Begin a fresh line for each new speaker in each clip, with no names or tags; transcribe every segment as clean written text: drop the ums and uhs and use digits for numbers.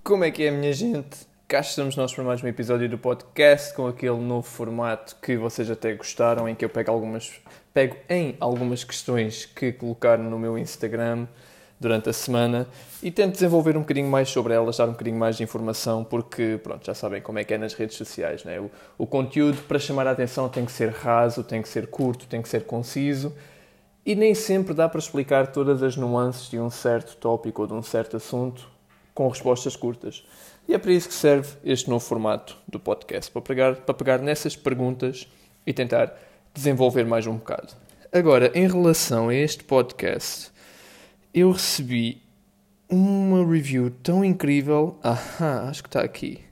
Como é que é, minha gente? Cá estamos nós para mais um episódio do podcast com aquele novo formato que vocês até gostaram, em que eu pego em algumas questões que colocaram no meu Instagram durante a semana e tento desenvolver um bocadinho mais sobre elas, dar um bocadinho mais de informação, porque, pronto, já sabem como é que é nas redes sociais, né? O conteúdo, para chamar a atenção, tem que ser raso, tem que ser curto, tem que ser conciso e nem sempre dá para explicar todas as nuances de um certo tópico ou de um certo assunto com respostas curtas. E é para isso que serve este novo formato do podcast, para pegar nessas perguntas e tentar desenvolver mais um bocado. Agora, em relação a este podcast, eu recebi uma review tão incrível. Acho que está aqui.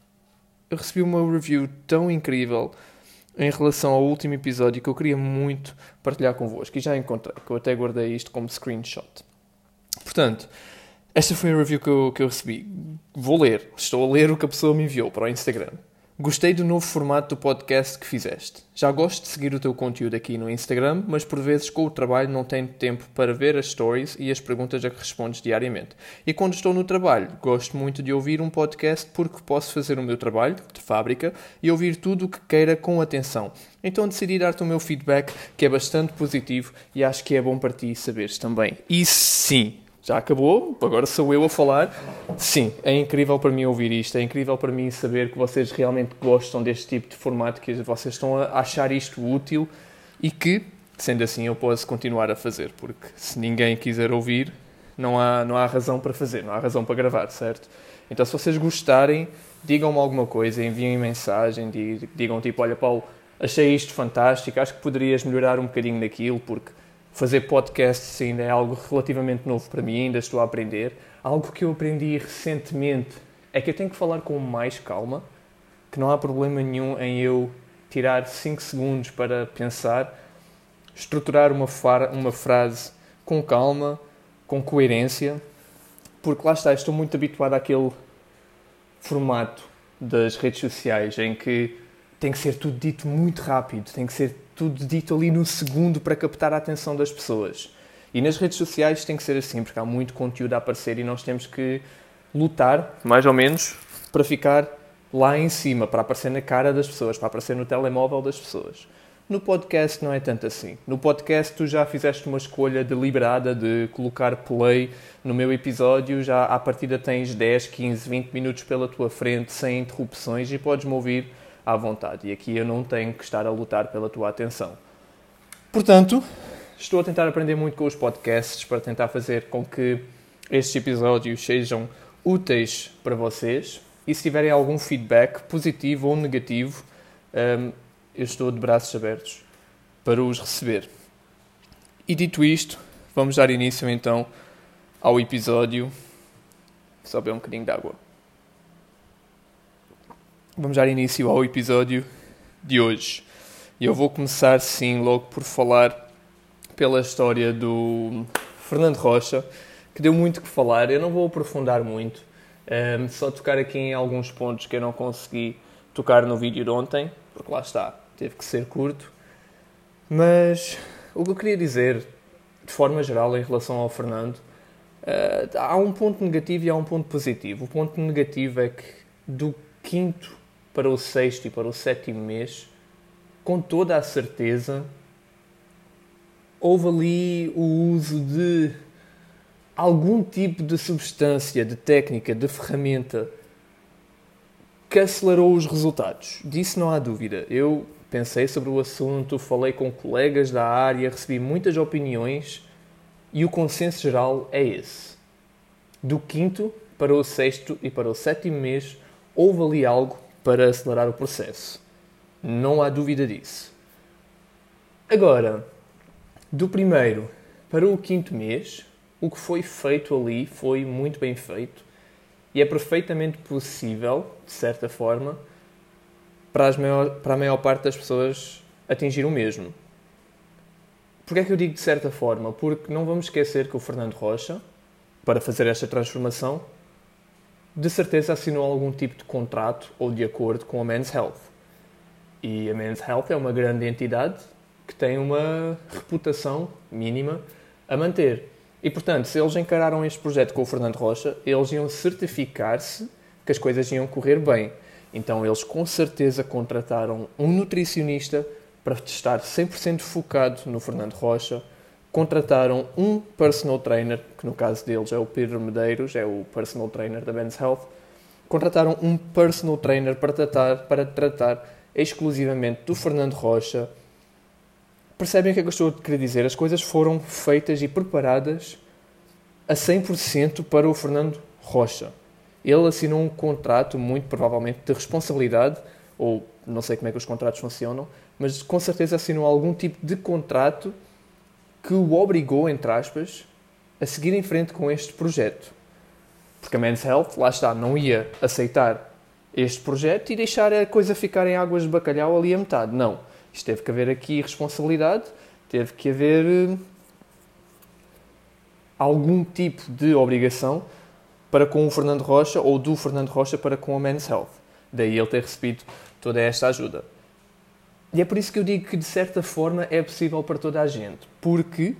Eu recebi uma review tão incrível em relação ao último episódio que eu queria muito partilhar convosco. E já encontrei, que eu até guardei isto como screenshot. Portanto, esta foi a review que eu recebi. Estou a ler o que a pessoa me enviou para o Instagram. Gostei do novo formato do podcast que fizeste. Já gosto de seguir o teu conteúdo aqui no Instagram, mas por vezes com o trabalho não tenho tempo para ver as stories e as perguntas a que respondes diariamente. E quando estou no trabalho, gosto muito de ouvir um podcast porque posso fazer o meu trabalho de fábrica e ouvir tudo o que queira com atenção. Então decidi dar-te o meu feedback, que é bastante positivo e acho que é bom para ti saberes também. E sim, já acabou, agora sou eu a falar. Sim, é incrível para mim ouvir isto, é incrível para mim saber que vocês realmente gostam deste tipo de formato, que vocês estão a achar isto útil e que, sendo assim, eu posso continuar a fazer, porque se ninguém quiser ouvir, não há razão para fazer, não há razão para gravar, certo? Então se vocês gostarem, digam-me alguma coisa, enviem mensagem, digam tipo, olha Paulo, achei isto fantástico, acho que poderias melhorar um bocadinho daquilo, porque fazer podcasts ainda é algo relativamente novo para mim, ainda estou a aprender. Algo que eu aprendi recentemente é que eu tenho que falar com mais calma, que não há problema nenhum em eu tirar 5 segundos para pensar, estruturar uma frase com calma, com coerência, porque lá está, estou muito habituado àquele formato das redes sociais em que tem que ser tudo dito muito rápido, tem que ser tudo dito ali no segundo para captar a atenção das pessoas. E nas redes sociais tem que ser assim, porque há muito conteúdo a aparecer e nós temos que lutar, mais ou menos, para ficar lá em cima, para aparecer na cara das pessoas, para aparecer no telemóvel das pessoas. No podcast não é tanto assim. No podcast tu já fizeste uma escolha deliberada de colocar play no meu episódio, já à partida tens 10, 15, 20 minutos pela tua frente, sem interrupções e podes-me ouvir à vontade. E aqui eu não tenho que estar a lutar pela tua atenção. Portanto, estou a tentar aprender muito com os podcasts para tentar fazer com que estes episódios sejam úteis para vocês. E se tiverem algum feedback, positivo ou negativo, eu estou de braços abertos para os receber. E dito isto, vamos dar início então ao episódio. Só beber um bocadinho de água. Vamos dar início ao episódio de hoje. E eu vou começar, sim, logo por falar pela história do Fernando Rocha, que deu muito que falar. Eu não vou aprofundar muito, só tocar aqui em alguns pontos que eu não consegui tocar no vídeo de ontem, porque lá está, teve que ser curto. Mas o que eu queria dizer, de forma geral, em relação ao Fernando, há um ponto negativo e há um ponto positivo. O ponto negativo é que do quinto para o sexto e para o sétimo mês, com toda a certeza, houve ali o uso de algum tipo de substância, de técnica, de ferramenta que acelerou os resultados. Disso não há dúvida. Eu pensei sobre o assunto, falei com colegas da área, recebi muitas opiniões e o consenso geral é esse. Do quinto para o sexto e para o sétimo mês, houve ali algo para acelerar o processo. Não há dúvida disso. Agora, do primeiro para o quinto mês, o que foi feito ali foi muito bem feito e é perfeitamente possível, de certa forma, para a maior parte das pessoas atingir o mesmo. Porquê é que eu digo de certa forma? Porque não vamos esquecer que o Fernando Rocha, para fazer esta transformação, de certeza assinou algum tipo de contrato ou de acordo com a Men's Health. E a Men's Health é uma grande entidade que tem uma reputação mínima a manter. E, portanto, se eles encararam este projeto com o Fernando Rocha, eles iam certificar-se que as coisas iam correr bem. Então, eles com certeza contrataram um nutricionista para estar 100% focado no Fernando Rocha. Contrataram um personal trainer, que no caso deles é o Pedro Medeiros, é o personal trainer da Men's Health. Contrataram um personal trainer para tratar exclusivamente do Fernando Rocha. Percebem o que é que eu estou a querer dizer? As coisas foram feitas e preparadas a 100% para o Fernando Rocha. Ele assinou um contrato, muito provavelmente, de responsabilidade, ou não sei como é que os contratos funcionam, mas com certeza assinou algum tipo de contrato que o obrigou, entre aspas, a seguir em frente com este projeto. Porque a Men's Health, lá está, não ia aceitar este projeto e deixar a coisa ficar em águas de bacalhau ali a metade. Não. Isto teve que haver aqui responsabilidade, teve que haver algum tipo de obrigação para com o Fernando Rocha ou do Fernando Rocha para com a Men's Health. Daí ele ter recebido toda esta ajuda. E é por isso que eu digo que, de certa forma, é possível para toda a gente. Porque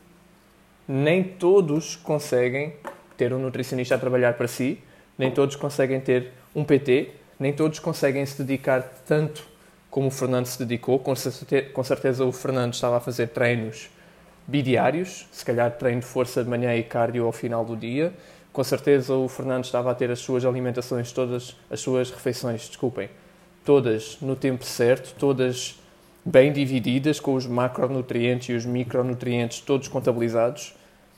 nem todos conseguem ter um nutricionista a trabalhar para si, nem todos conseguem ter um PT, nem todos conseguem se dedicar tanto como o Fernando se dedicou. Com certeza o Fernando estava a fazer treinos bidiários, se calhar treino de força de manhã e cardio ao final do dia. Com certeza o Fernando estava a ter as suas alimentações todas, as suas refeições, todas no tempo certo, todas bem divididas, com os macronutrientes e os micronutrientes todos contabilizados.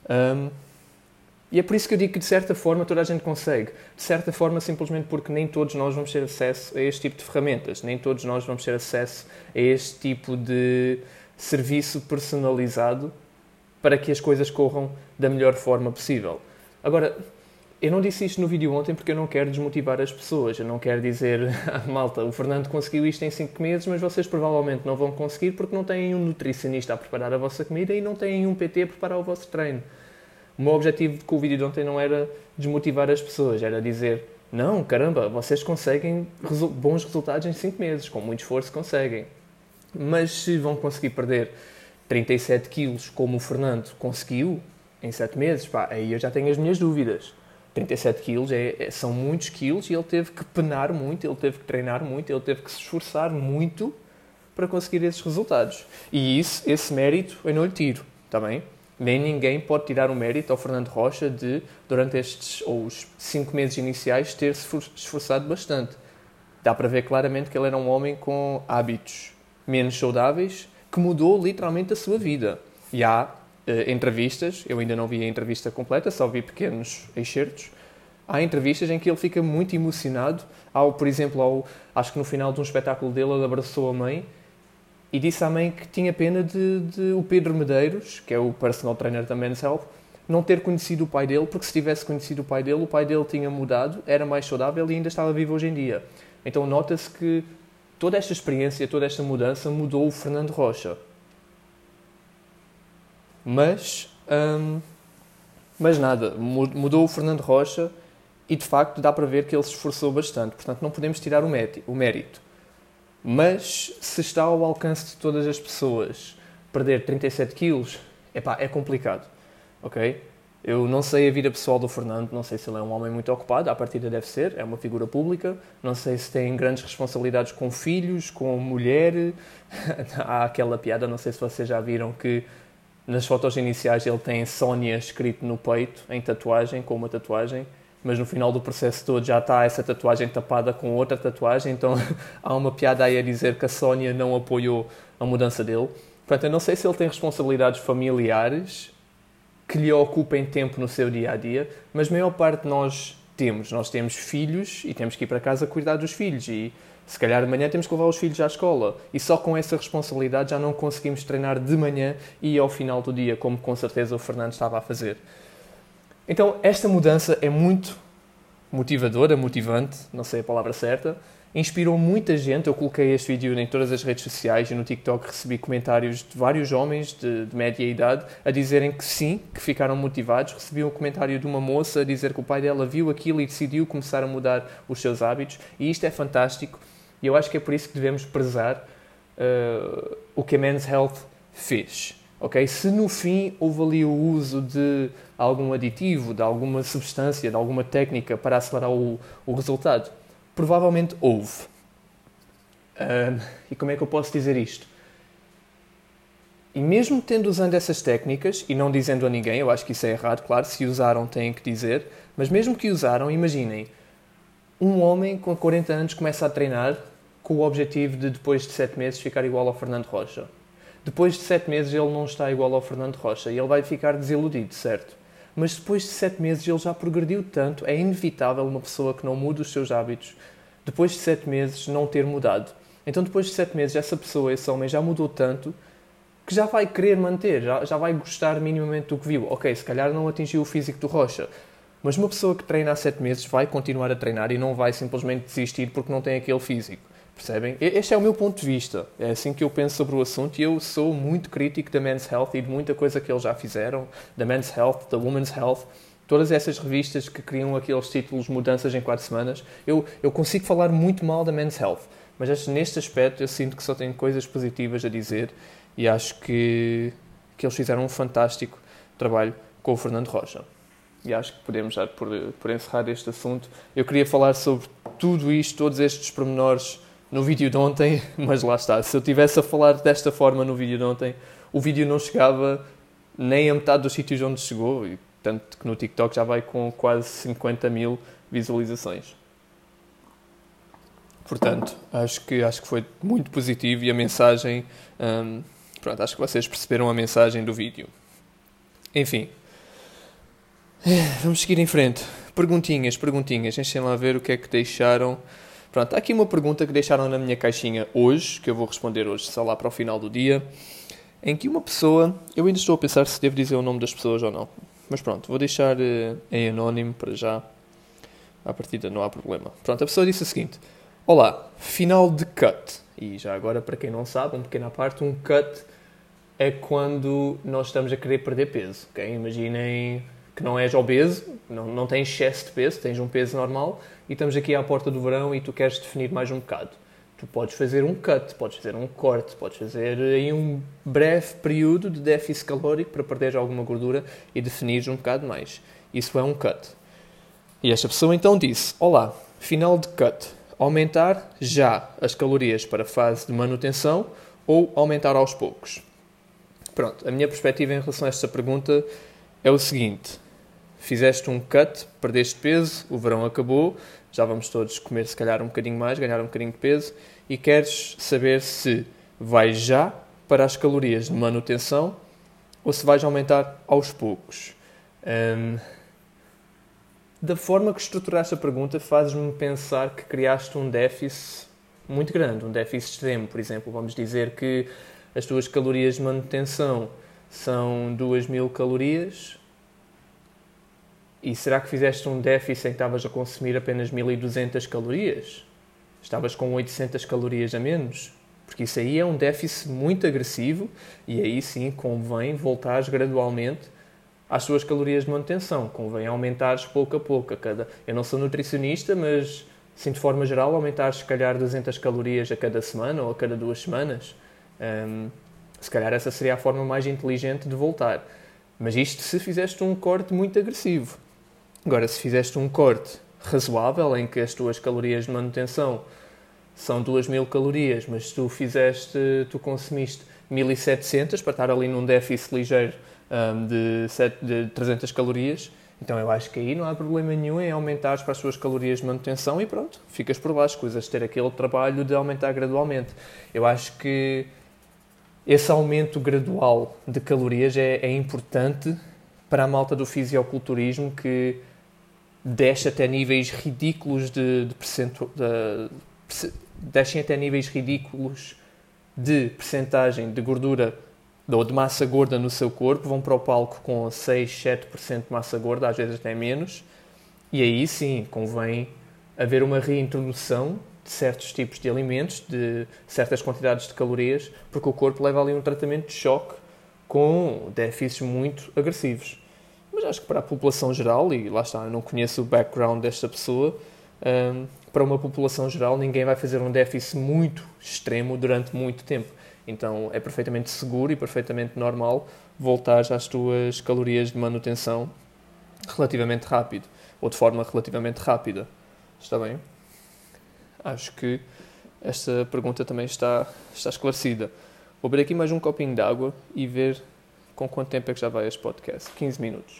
E é por isso que eu digo que, de certa forma, toda a gente consegue. De certa forma, simplesmente porque nem todos nós vamos ter acesso a este tipo de ferramentas. Nem todos nós vamos ter acesso a este tipo de serviço personalizado para que as coisas corram da melhor forma possível. Agora, eu não disse isto no vídeo ontem porque eu não quero desmotivar as pessoas. Eu não quero dizer, malta, o Fernando conseguiu isto em 5 meses, mas vocês provavelmente não vão conseguir porque não têm um nutricionista a preparar a vossa comida e não têm um PT a preparar o vosso treino. O meu objetivo com o vídeo de ontem não era desmotivar as pessoas, era dizer, não, caramba, vocês conseguem bons resultados em 5 meses, com muito esforço conseguem. Mas se vão conseguir perder 37 quilos como o Fernando conseguiu em 7 meses, aí eu já tenho as minhas dúvidas. 37 quilos são muitos quilos e ele teve que penar muito, ele teve que treinar muito, ele teve que se esforçar muito para conseguir esses resultados. E esse mérito eu não lhe tiro, está bem? Nem ninguém pode tirar o mérito ao Fernando Rocha de, durante os 5 meses iniciais, ter-se esforçado bastante. Dá para ver claramente que ele era um homem com hábitos menos saudáveis, que mudou literalmente a sua vida. E há entrevistas, eu ainda não vi a entrevista completa, só vi pequenos excertos. Há entrevistas em que ele fica muito emocionado. Por exemplo, acho que no final de um espetáculo dele, ele abraçou a mãe e disse à mãe que tinha pena de o Pedro Medeiros, que é o personal trainer da Men's Health, não ter conhecido o pai dele, porque se tivesse conhecido o pai dele tinha mudado, era mais saudável e ainda estava vivo hoje em dia. Então nota-se que toda esta experiência, toda esta mudança mudou o Fernando Rocha. Mas nada, mudou o Fernando Rocha e de facto dá para ver que ele se esforçou bastante. Portanto, não podemos tirar o mérito. Mas se está ao alcance de todas as pessoas perder 37 quilos, é complicado, ok? Eu não sei a vida pessoal do Fernando, não sei se ele é um homem muito ocupado, à partida deve ser, é uma figura pública, não sei se tem grandes responsabilidades com filhos, com mulher. Há aquela piada, não sei se vocês já viram, que nas fotos iniciais ele tem Sónia escrito no peito, em tatuagem, com uma tatuagem, mas no final do processo todo já está essa tatuagem tapada com outra tatuagem, então há uma piada aí a dizer que a Sónia não apoiou a mudança dele. Portanto, eu não sei se ele tem responsabilidades familiares que lhe ocupem tempo no seu dia-a-dia, mas a maior parte de nós temos filhos e temos que ir para casa cuidar dos filhos e se calhar de manhã temos que levar os filhos à escola e só com essa responsabilidade já não conseguimos treinar de manhã e ao final do dia, como com certeza o Fernando estava a fazer. Então, esta mudança é muito motivadora, motivante, não sei a palavra certa, inspirou muita gente. Eu coloquei este vídeo em todas as redes sociais e no TikTok recebi comentários de vários homens de média idade a dizerem que sim, que ficaram motivados. Recebi um comentário de uma moça a dizer que o pai dela viu aquilo e decidiu começar a mudar os seus hábitos e isto é fantástico e eu acho que é por isso que devemos prezar o que a Men's Health fez. Ok? Se no fim houve ali o uso de algum aditivo, de alguma substância, de alguma técnica para acelerar o resultado, provavelmente houve. E como é que eu posso dizer isto? E mesmo tendo usando essas técnicas, e não dizendo a ninguém, eu acho que isso é errado, claro, se usaram têm que dizer, mas mesmo que usaram, imaginem, um homem com 40 anos começa a treinar com o objetivo de, depois de 7 meses, ficar igual ao Fernando Rocha. Depois de 7 meses ele não está igual ao Fernando Rocha e ele vai ficar desiludido, certo? Mas depois de 7 meses ele já progrediu tanto, é inevitável uma pessoa que não muda os seus hábitos, depois de 7 meses não ter mudado. Então depois de 7 meses essa pessoa, esse homem já mudou tanto que já vai querer manter, já vai gostar minimamente do que viu. Ok, se calhar não atingiu o físico do Rocha, mas uma pessoa que treina há 7 meses vai continuar a treinar e não vai simplesmente desistir porque não tem aquele físico. Percebem? Este é o meu ponto de vista. É assim que eu penso sobre o assunto e eu sou muito crítico da Men's Health e de muita coisa que eles já fizeram, da Men's Health, da Women's Health, todas essas revistas que criam aqueles títulos Mudanças em 4 semanas. Eu consigo falar muito mal da Men's Health, mas neste aspecto eu sinto que só tenho coisas positivas a dizer e acho que eles fizeram um fantástico trabalho com o Fernando Rocha. E acho que podemos já por encerrar este assunto. Eu queria falar sobre tudo isto, todos estes pormenores no vídeo de ontem, mas lá está. Se eu estivesse a falar desta forma no vídeo de ontem, o vídeo não chegava nem a metade dos sítios onde chegou, e tanto que no TikTok já vai com quase 50 mil visualizações. Portanto, acho que foi muito positivo e a mensagem... pronto, acho que vocês perceberam a mensagem do vídeo. Enfim, vamos seguir em frente. Perguntinhas. Deixem lá ver o que é que deixaram. Pronto, há aqui uma pergunta que deixaram na minha caixinha hoje, que eu vou responder hoje, só lá para o final do dia, em que uma pessoa... Eu ainda estou a pensar se devo dizer o nome das pessoas ou não. Mas pronto, vou deixar em anónimo para já. À partida não há problema. Pronto, a pessoa disse o seguinte: olá, final de cut. E já agora, para quem não sabe, uma pequena parte, um cut é quando nós estamos a querer perder peso. Okay? Imaginem que não és obeso, não tens excesso de peso, tens um peso normal e estamos aqui à porta do verão e tu queres definir mais um bocado. Tu podes fazer um cut, podes fazer um corte, podes fazer aí um breve período de déficit calórico para perderes alguma gordura e definires um bocado mais. Isso é um cut. E esta pessoa então disse: olá, final de cut. Aumentar já as calorias para a fase de manutenção ou aumentar aos poucos? Pronto, a minha perspectiva em relação a esta pergunta é o seguinte: fizeste um cut, perdeste peso, o verão acabou, já vamos todos comer se calhar um bocadinho mais, ganhar um bocadinho de peso, e queres saber se vais já para as calorias de manutenção ou se vais aumentar aos poucos. Da forma que estruturaste a pergunta, fazes-me pensar que criaste um déficit muito grande, um déficit extremo. Por exemplo, vamos dizer que as tuas calorias de manutenção são 2000 calorias e será que fizeste um déficit em que estavas a consumir apenas 1200 calorias? Estavas com 800 calorias a menos? Porque isso aí é um déficit muito agressivo e aí sim convém voltares gradualmente às suas calorias de manutenção. Convém aumentares pouco a pouco. Eu não sou nutricionista, mas sim, de forma geral, aumentares se calhar 200 calorias a cada semana ou a cada 2 semanas. Se calhar essa seria a forma mais inteligente de voltar. Mas isto se fizeste um corte muito agressivo. Agora, se fizeste um corte razoável, em que as tuas calorias de manutenção são 2000 calorias, mas tu consumiste 1700 para estar ali num déficit ligeiro de 300 calorias, então eu acho que aí não há problema nenhum em aumentares para as suas calorias de manutenção e pronto, ficas por baixo, coisas de ter aquele trabalho de aumentar gradualmente. Eu acho que esse aumento gradual de calorias é importante para a malta do fisiculturismo que desce até níveis ridículos descem até níveis ridículos de percentagem de gordura ou de massa gorda no seu corpo, vão para o palco com 6, 7% de massa gorda, às vezes até menos, e aí sim convém haver uma reintrodução de certos tipos de alimentos, de certas quantidades de calorias, porque o corpo leva ali um tratamento de choque com déficits muito agressivos. Mas acho que para a população geral, e lá está, eu não conheço o background desta pessoa, para uma população geral ninguém vai fazer um déficit muito extremo durante muito tempo. Então é perfeitamente seguro e perfeitamente normal voltares às tuas calorias de manutenção relativamente rápido, ou de forma relativamente rápida. Está bem? Acho que esta pergunta também está esclarecida. Vou beber aqui mais um copinho de água e ver com quanto tempo é que já vai este podcast. 15 minutos.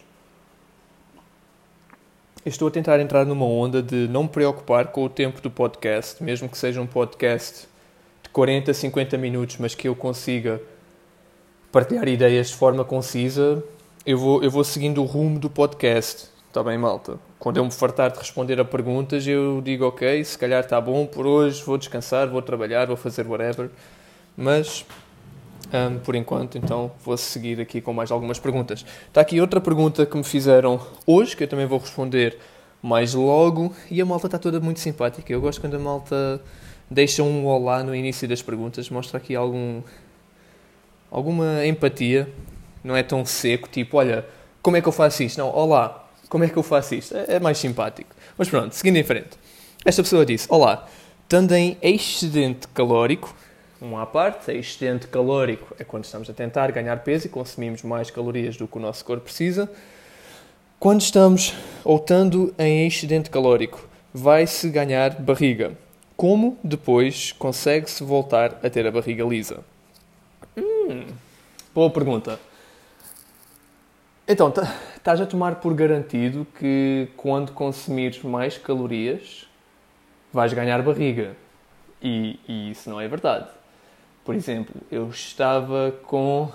Eu estou a tentar entrar numa onda de não me preocupar com o tempo do podcast, mesmo que seja um podcast de 40, 50 minutos, mas que eu consiga partilhar ideias de forma concisa. Eu vou seguindo o rumo do podcast. Está bem, malta? Quando eu me fartar de responder a perguntas, eu digo ok, se calhar está bom por hoje, vou descansar, vou trabalhar, vou fazer whatever. Mas, por enquanto, então, vou seguir aqui com mais algumas perguntas. Está aqui outra pergunta que me fizeram hoje, que eu também vou responder mais logo. E a malta está toda muito simpática. Eu gosto quando a malta deixa um olá no início das perguntas. Mostra aqui alguma empatia. Não é tão seco, tipo, olha, como é que eu faço isto? Não, olá. Como é que eu faço isto? É mais simpático. Mas pronto, seguindo em frente. Esta pessoa disse, olá, estando em excedente calórico, à parte, excedente calórico é quando estamos a tentar ganhar peso e consumimos mais calorias do que o nosso corpo precisa. Quando estamos, ou estando em excedente calórico, vai-se ganhar barriga. Como depois consegue-se voltar a ter a barriga lisa? Boa pergunta. Então, estás a tomar por garantido que quando consumires mais calorias vais ganhar barriga. E isso não é verdade. Por exemplo, eu estava com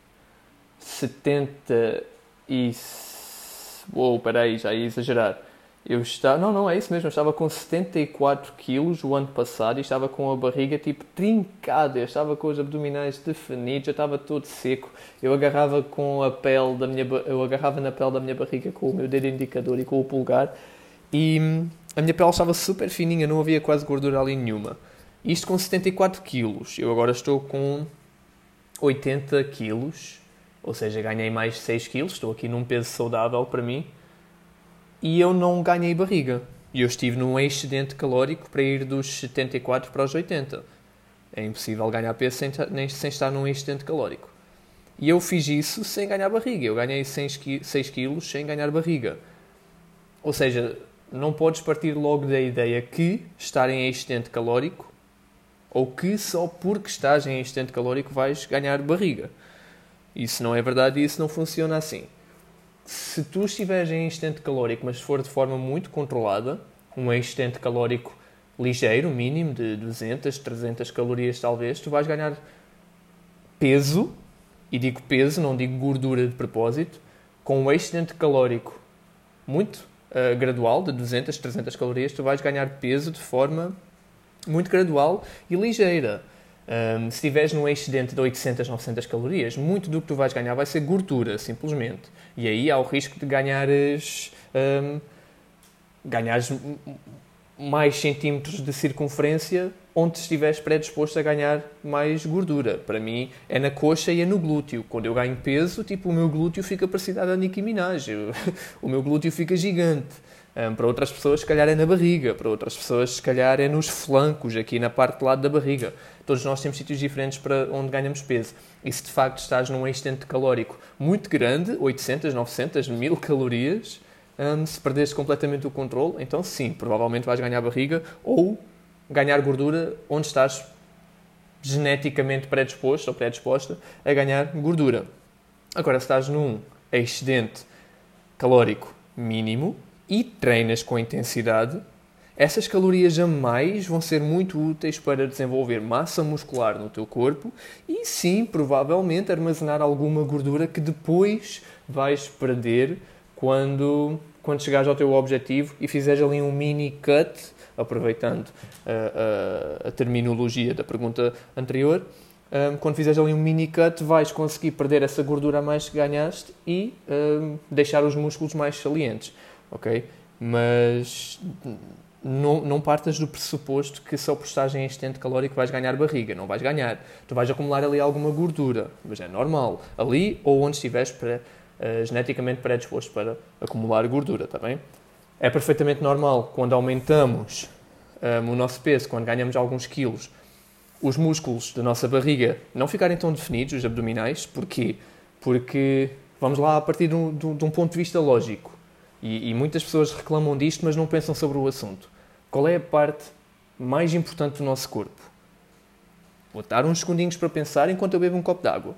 70 e... peraí, já ia exagerar. Não, é isso mesmo. Eu estava com 74 quilos o ano passado e estava com a barriga tipo trincada. Eu estava com os abdominais definidos, eu estava todo seco. Eu agarrava na pele da minha barriga com o meu dedo indicador e com o polegar e a minha pele estava super fininha, não havia quase gordura ali nenhuma. Isto com 74 quilos. Eu agora estou com 80 quilos, ou seja, ganhei mais 6 quilos. Estou aqui num peso saudável para mim. E eu não ganhei barriga. E eu estive num excedente calórico para ir dos 74 para os 80. É impossível ganhar peso sem estar num excedente calórico. E eu fiz isso sem ganhar barriga. Eu ganhei 6 quilos sem ganhar barriga. Ou seja, não podes partir logo da ideia que estar em excedente calórico ou que só porque estás em excedente calórico vais ganhar barriga. Isso não é verdade e isso não funciona assim. Se tu estiveres em excedente calórico, mas for de forma muito controlada, um excedente calórico ligeiro, mínimo, de 200, 300 calorias talvez, tu vais ganhar peso, e digo peso, não digo gordura de propósito, com um excedente calórico muito gradual, de 200, 300 calorias, tu vais ganhar peso de forma muito gradual e ligeira. Se estiveres num excedente de 800, 900 calorias, muito do que tu vais ganhar vai ser gordura, simplesmente. E aí há o risco de ganhares mais centímetros de circunferência onde estiveres predisposto a ganhar mais gordura. Para mim, é na coxa e é no glúteo. Quando eu ganho peso, o meu glúteo fica parecido a Nicki Minaj. O meu glúteo fica gigante. Para outras pessoas, se calhar é na barriga. Para outras pessoas, se calhar é nos flancos, aqui na parte de lado da barriga. Todos nós temos sítios diferentes para onde ganhamos peso. E se de facto estás num excedente calórico muito grande, 800, 900, 1000 calorias, se perderes completamente o controle, então sim, provavelmente vais ganhar barriga ou ganhar gordura onde estás geneticamente predisposto ou predisposta a ganhar gordura. Agora, se estás num excedente calórico mínimo e treinas com intensidade, essas calorias a mais vão ser muito úteis para desenvolver massa muscular no teu corpo e sim, provavelmente, armazenar alguma gordura que depois vais perder quando chegares ao teu objetivo e fizeres ali um mini cut, aproveitando a terminologia da pergunta anterior, quando fizeres ali um mini cut vais conseguir perder essa gordura a mais que ganhaste e deixar os músculos mais salientes, ok? Mas não partas do pressuposto que só por estares em excedente calórico vais ganhar barriga. Não vais ganhar. Tu vais acumular ali alguma gordura, mas é normal. Ali ou onde estiveres geneticamente predisposto para acumular gordura, está bem? É perfeitamente normal quando aumentamos o nosso peso, quando ganhamos alguns quilos, os músculos da nossa barriga não ficarem tão definidos, os abdominais. Porquê? Porque, vamos lá, a partir de um ponto de vista lógico. E muitas pessoas reclamam disto, mas não pensam sobre o assunto. Qual é a parte mais importante do nosso corpo? Vou dar uns segundinhos para pensar enquanto eu bebo um copo de água.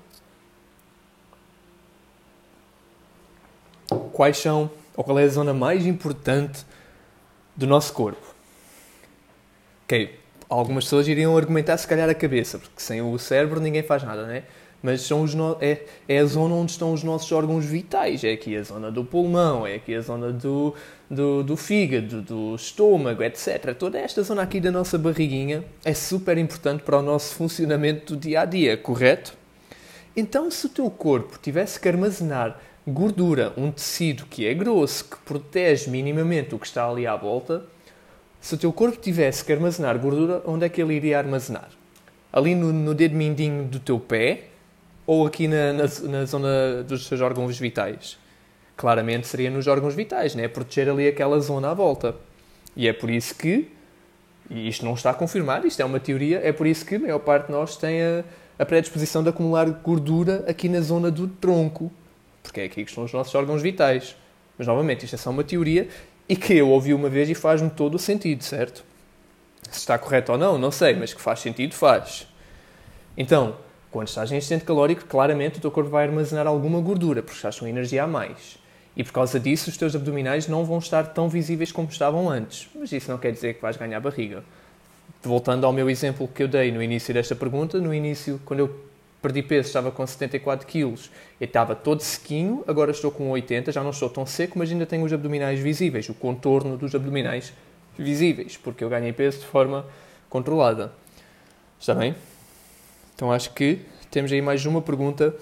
Qual é a zona mais importante do nosso corpo? Ok, algumas pessoas iriam argumentar se calhar a cabeça, porque sem o cérebro ninguém faz nada, não é? Mas é a zona onde estão os nossos órgãos vitais. É aqui a zona do pulmão, é aqui a zona do fígado, do estômago, etc. Toda esta zona aqui da nossa barriguinha é super importante para o nosso funcionamento do dia-a-dia, correto? Então, se o teu corpo tivesse que armazenar gordura, um tecido que é grosso, que protege minimamente o que está ali à volta, se o teu corpo tivesse que armazenar gordura, onde é que ele iria armazenar? Ali no dedo mindinho do teu pé ou aqui na zona dos seus órgãos vitais? Claramente seria nos órgãos vitais, né? Proteger ali aquela zona à volta. E é por isso que, e isto não está confirmado, isto é uma teoria, é por isso que a maior parte de nós tem a predisposição de acumular gordura aqui na zona do tronco. Porque é aqui que estão os nossos órgãos vitais. Mas, novamente, isto é só uma teoria e que eu ouvi uma vez e faz-me todo o sentido, certo? Se está correto ou não, não sei, mas que faz sentido, faz. Então, quando estás em excedente calórico, claramente o teu corpo vai armazenar alguma gordura, porque estás com energia a mais. E por causa disso, os teus abdominais não vão estar tão visíveis como estavam antes. Mas isso não quer dizer que vais ganhar barriga. Voltando ao meu exemplo que eu dei no início desta pergunta, no início, quando eu perdi peso, estava com 74 kg e estava todo sequinho, agora estou com 80, já não estou tão seco, mas ainda tenho os abdominais visíveis, o contorno dos abdominais visíveis, porque eu ganhei peso de forma controlada. Está bem? Então acho que temos aí mais uma pergunta,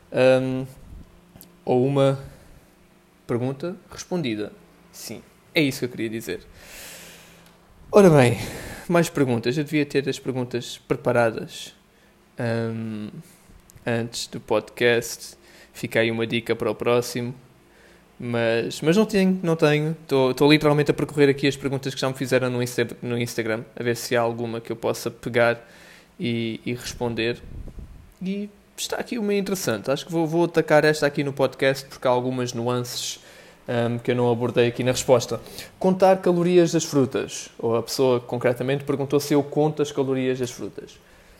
ou uma pergunta respondida. Sim, é isso que eu queria dizer. Ora bem, mais perguntas. Eu devia ter as perguntas preparadas antes do podcast. Fica aí uma dica para o próximo. Mas não tenho. Estou literalmente a percorrer aqui as perguntas que já me fizeram no Instagram, a ver se há alguma que eu possa pegar e responder. E está aqui uma interessante. Acho que vou atacar esta aqui no podcast porque há algumas nuances que eu não abordei aqui na resposta. Contar calorias das frutas. Ou a pessoa concretamente perguntou se eu conto as calorias das frutas.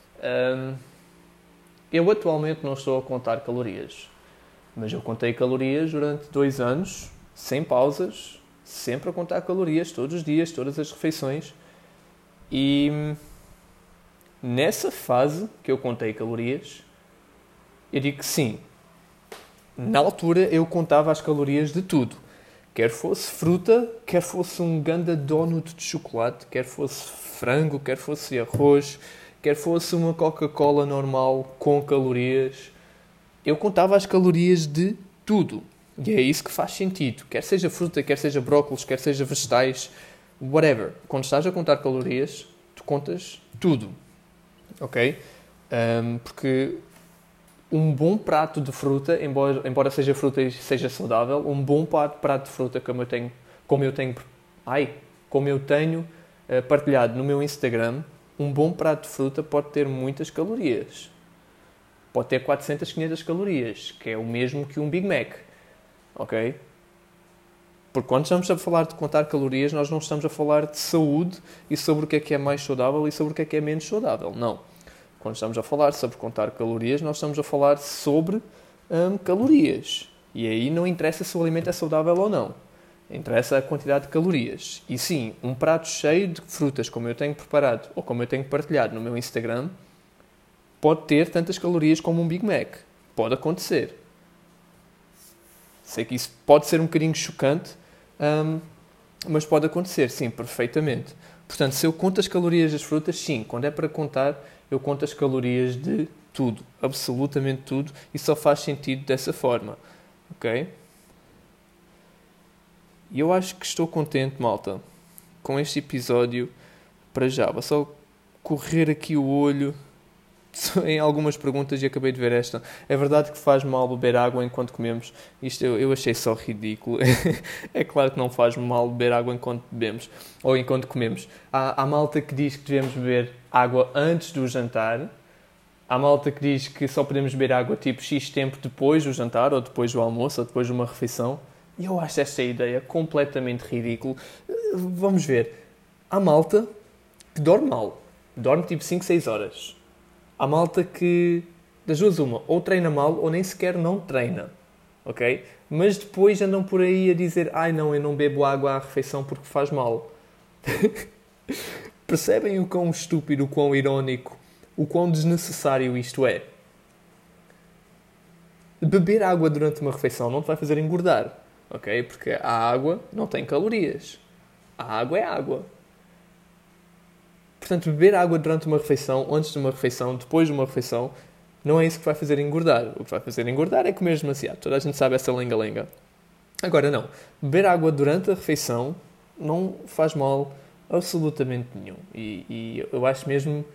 Eu atualmente não estou a contar calorias. Mas eu contei calorias durante 2 anos, sem pausas, sempre a contar calorias, todos os dias, todas as refeições. E nessa fase que eu contei calorias, eu digo que sim. Na altura eu contava as calorias de tudo. Quer fosse fruta, quer fosse um ganda donut de chocolate, quer fosse frango, quer fosse arroz, quer fosse uma Coca-Cola normal com calorias. Eu contava as calorias de tudo. E é isso que faz sentido. Quer seja fruta, quer seja brócolis, quer seja vegetais, whatever. Quando estás a contar calorias, tu contas tudo. Ok? Porque um bom prato de fruta, embora seja fruta e seja saudável, um bom prato de fruta como eu tenho partilhado no meu Instagram, um bom prato de fruta pode ter muitas calorias. Pode ter 400, 500 calorias, que é o mesmo que um Big Mac. Ok? Porque quando estamos a falar de contar calorias, nós não estamos a falar de saúde e sobre o que é mais saudável e sobre o que é menos saudável. Não. Quando estamos a falar sobre contar calorias, nós estamos a falar sobre calorias. E aí não interessa se o alimento é saudável ou não. Interessa a quantidade de calorias. E sim, um prato cheio de frutas, como eu tenho preparado ou como eu tenho partilhado no meu Instagram, pode ter tantas calorias como um Big Mac. Pode acontecer. Sei que isso pode ser um bocadinho chocante, mas pode acontecer, sim, perfeitamente. Portanto, se eu conto as calorias das frutas, sim, quando é para contar, eu conto as calorias de tudo, absolutamente tudo, e só faz sentido dessa forma. Ok? E eu acho que estou contente, malta, com este episódio para já. Vou só correr aqui o olho em algumas perguntas e acabei de ver esta. É verdade que faz mal beber água enquanto comemos? Isto eu achei só ridículo. É claro que não faz mal beber água enquanto bebemos ou enquanto comemos. Há malta que diz que devemos beber água antes do jantar. Há malta que diz que só podemos beber água tipo X tempo depois do jantar ou depois do almoço ou depois de uma refeição. E eu acho esta ideia completamente ridícula. Vamos ver. Há malta que dorme mal. Dorme tipo 5, 6 horas. Há malta que, das duas uma, ou treina mal ou nem sequer não treina, ok? Mas depois andam por aí a dizer ai não, eu não bebo água à refeição porque faz mal. Percebem o quão estúpido, o quão irónico, o quão desnecessário isto é? Beber água durante uma refeição não te vai fazer engordar, ok? Porque a água não tem calorias. A água é água. Portanto, beber água durante uma refeição, antes de uma refeição, depois de uma refeição, não é isso que vai fazer engordar. O que vai fazer engordar é comer demasiado. Toda a gente sabe essa lenga-lenga. Agora, não. Beber água durante a refeição não faz mal absolutamente nenhum. E eu acho mesmo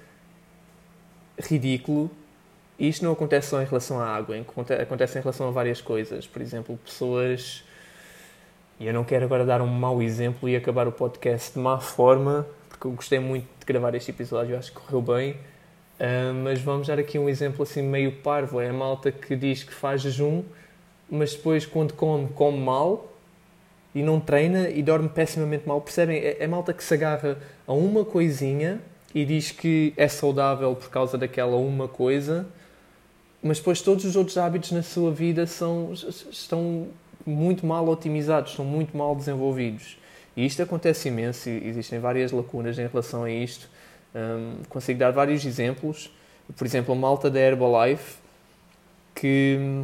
ridículo. E isto não acontece só em relação à água. Acontece em relação a várias coisas. Por exemplo, pessoas... E eu não quero agora dar um mau exemplo e acabar o podcast de má forma... porque eu gostei muito de gravar este episódio, acho que correu bem, mas vamos dar aqui um exemplo assim meio parvo. É a malta que diz que faz jejum, mas depois quando come mal e não treina e dorme pessimamente mal. Percebem? É malta que se agarra a uma coisinha e diz que é saudável por causa daquela uma coisa, mas depois todos os outros hábitos na sua vida estão muito mal otimizados, estão muito mal desenvolvidos. E isto acontece imenso e existem várias lacunas em relação a isto. Consigo dar vários exemplos. Por exemplo, a malta da Herbalife que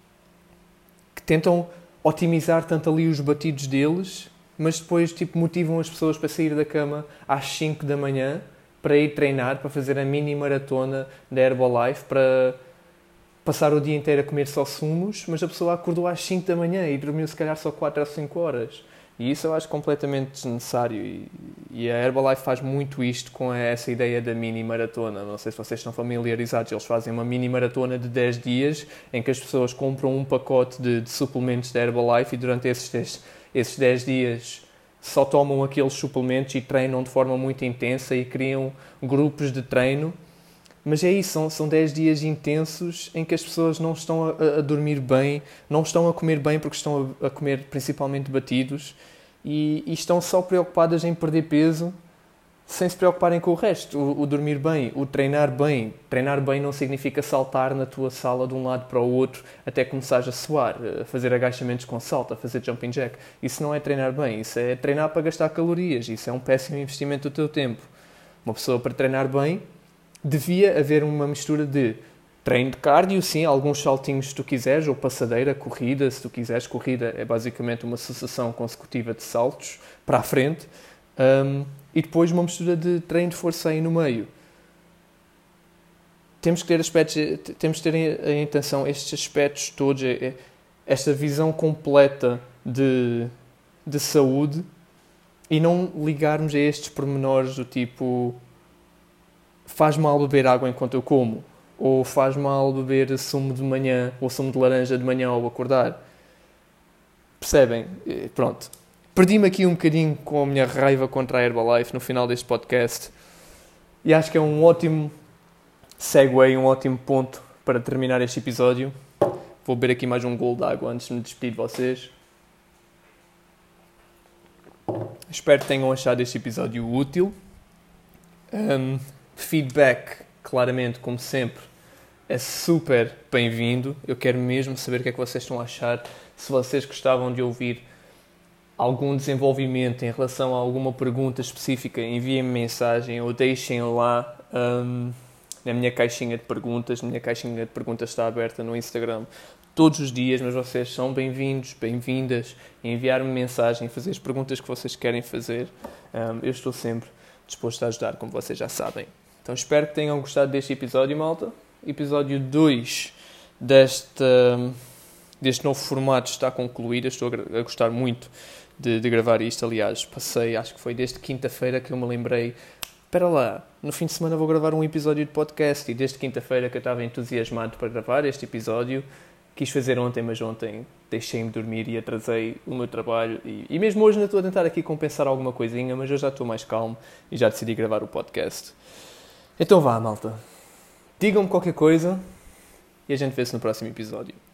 tentam otimizar tanto ali os batidos deles, mas depois tipo, motivam as pessoas para sair da cama às 5 da manhã para ir treinar, para fazer a mini maratona da Herbalife, para passar o dia inteiro a comer só sumos, mas a pessoa acordou às 5 da manhã e dormiu se calhar só 4 ou 5 horas. E isso eu acho completamente desnecessário. E a Herbalife faz muito isto com essa ideia da mini maratona. Não sei se vocês estão familiarizados. Eles fazem uma mini maratona de 10 dias em que as pessoas compram um pacote de suplementos da Herbalife e durante esses 10 dias só tomam aqueles suplementos e treinam de forma muito intensa e criam grupos de treino. Mas é isso, são 10 dias intensos em que as pessoas não estão a dormir bem, não estão a comer bem porque estão a comer principalmente batidos e estão só preocupadas em perder peso sem se preocuparem com o resto. O dormir bem, o treinar bem. Treinar bem não significa saltar na tua sala de um lado para o outro até começares a suar, a fazer agachamentos com salto, a fazer jumping jack. Isso não é treinar bem, isso é treinar para gastar calorias, isso é um péssimo investimento do teu tempo. Uma pessoa para treinar bem... devia haver uma mistura de treino de cardio, sim, alguns saltinhos se tu quiseres, ou passadeira, corrida, se tu quiseres. Corrida é basicamente uma sucessão consecutiva de saltos para a frente, e depois uma mistura de treino de força aí no meio. Temos que ter em atenção estes aspectos todos, esta visão completa de saúde e não ligarmos a estes pormenores do tipo... faz mal beber água enquanto eu como, ou faz mal beber sumo de manhã, ou sumo de laranja de manhã ao acordar. Percebem? Pronto. Perdi-me aqui um bocadinho com a minha raiva contra a Herbalife no final deste podcast. E acho que é um ótimo segue, um ótimo ponto para terminar este episódio. Vou beber aqui mais um golo de água antes de me despedir de vocês. Espero que tenham achado este episódio útil. Feedback, claramente, como sempre, é super bem-vindo. Eu quero mesmo saber o que é que vocês estão a achar. Se vocês gostavam de ouvir algum desenvolvimento em relação a alguma pergunta específica, enviem-me mensagem ou deixem lá na minha caixinha de perguntas. A minha caixinha de perguntas está aberta no Instagram todos os dias, mas vocês são bem-vindos, bem-vindas a enviar-me mensagem, fazer as perguntas que vocês querem fazer. Eu estou sempre disposto a ajudar, como vocês já sabem. Então espero que tenham gostado deste episódio, malta. Episódio 2 deste novo formato está concluído. Estou a gostar muito de gravar isto. Aliás, passei, acho que foi desde quinta-feira que eu me lembrei espera lá, no fim de semana vou gravar um episódio de podcast e desde quinta-feira que eu estava entusiasmado para gravar este episódio, quis fazer ontem, mas ontem deixei-me dormir e atrasei o meu trabalho e mesmo hoje ainda estou a tentar aqui compensar alguma coisinha, mas eu já estou mais calmo e já decidi gravar o podcast. Então vá, malta, digam-me qualquer coisa e a gente vê-se no próximo episódio.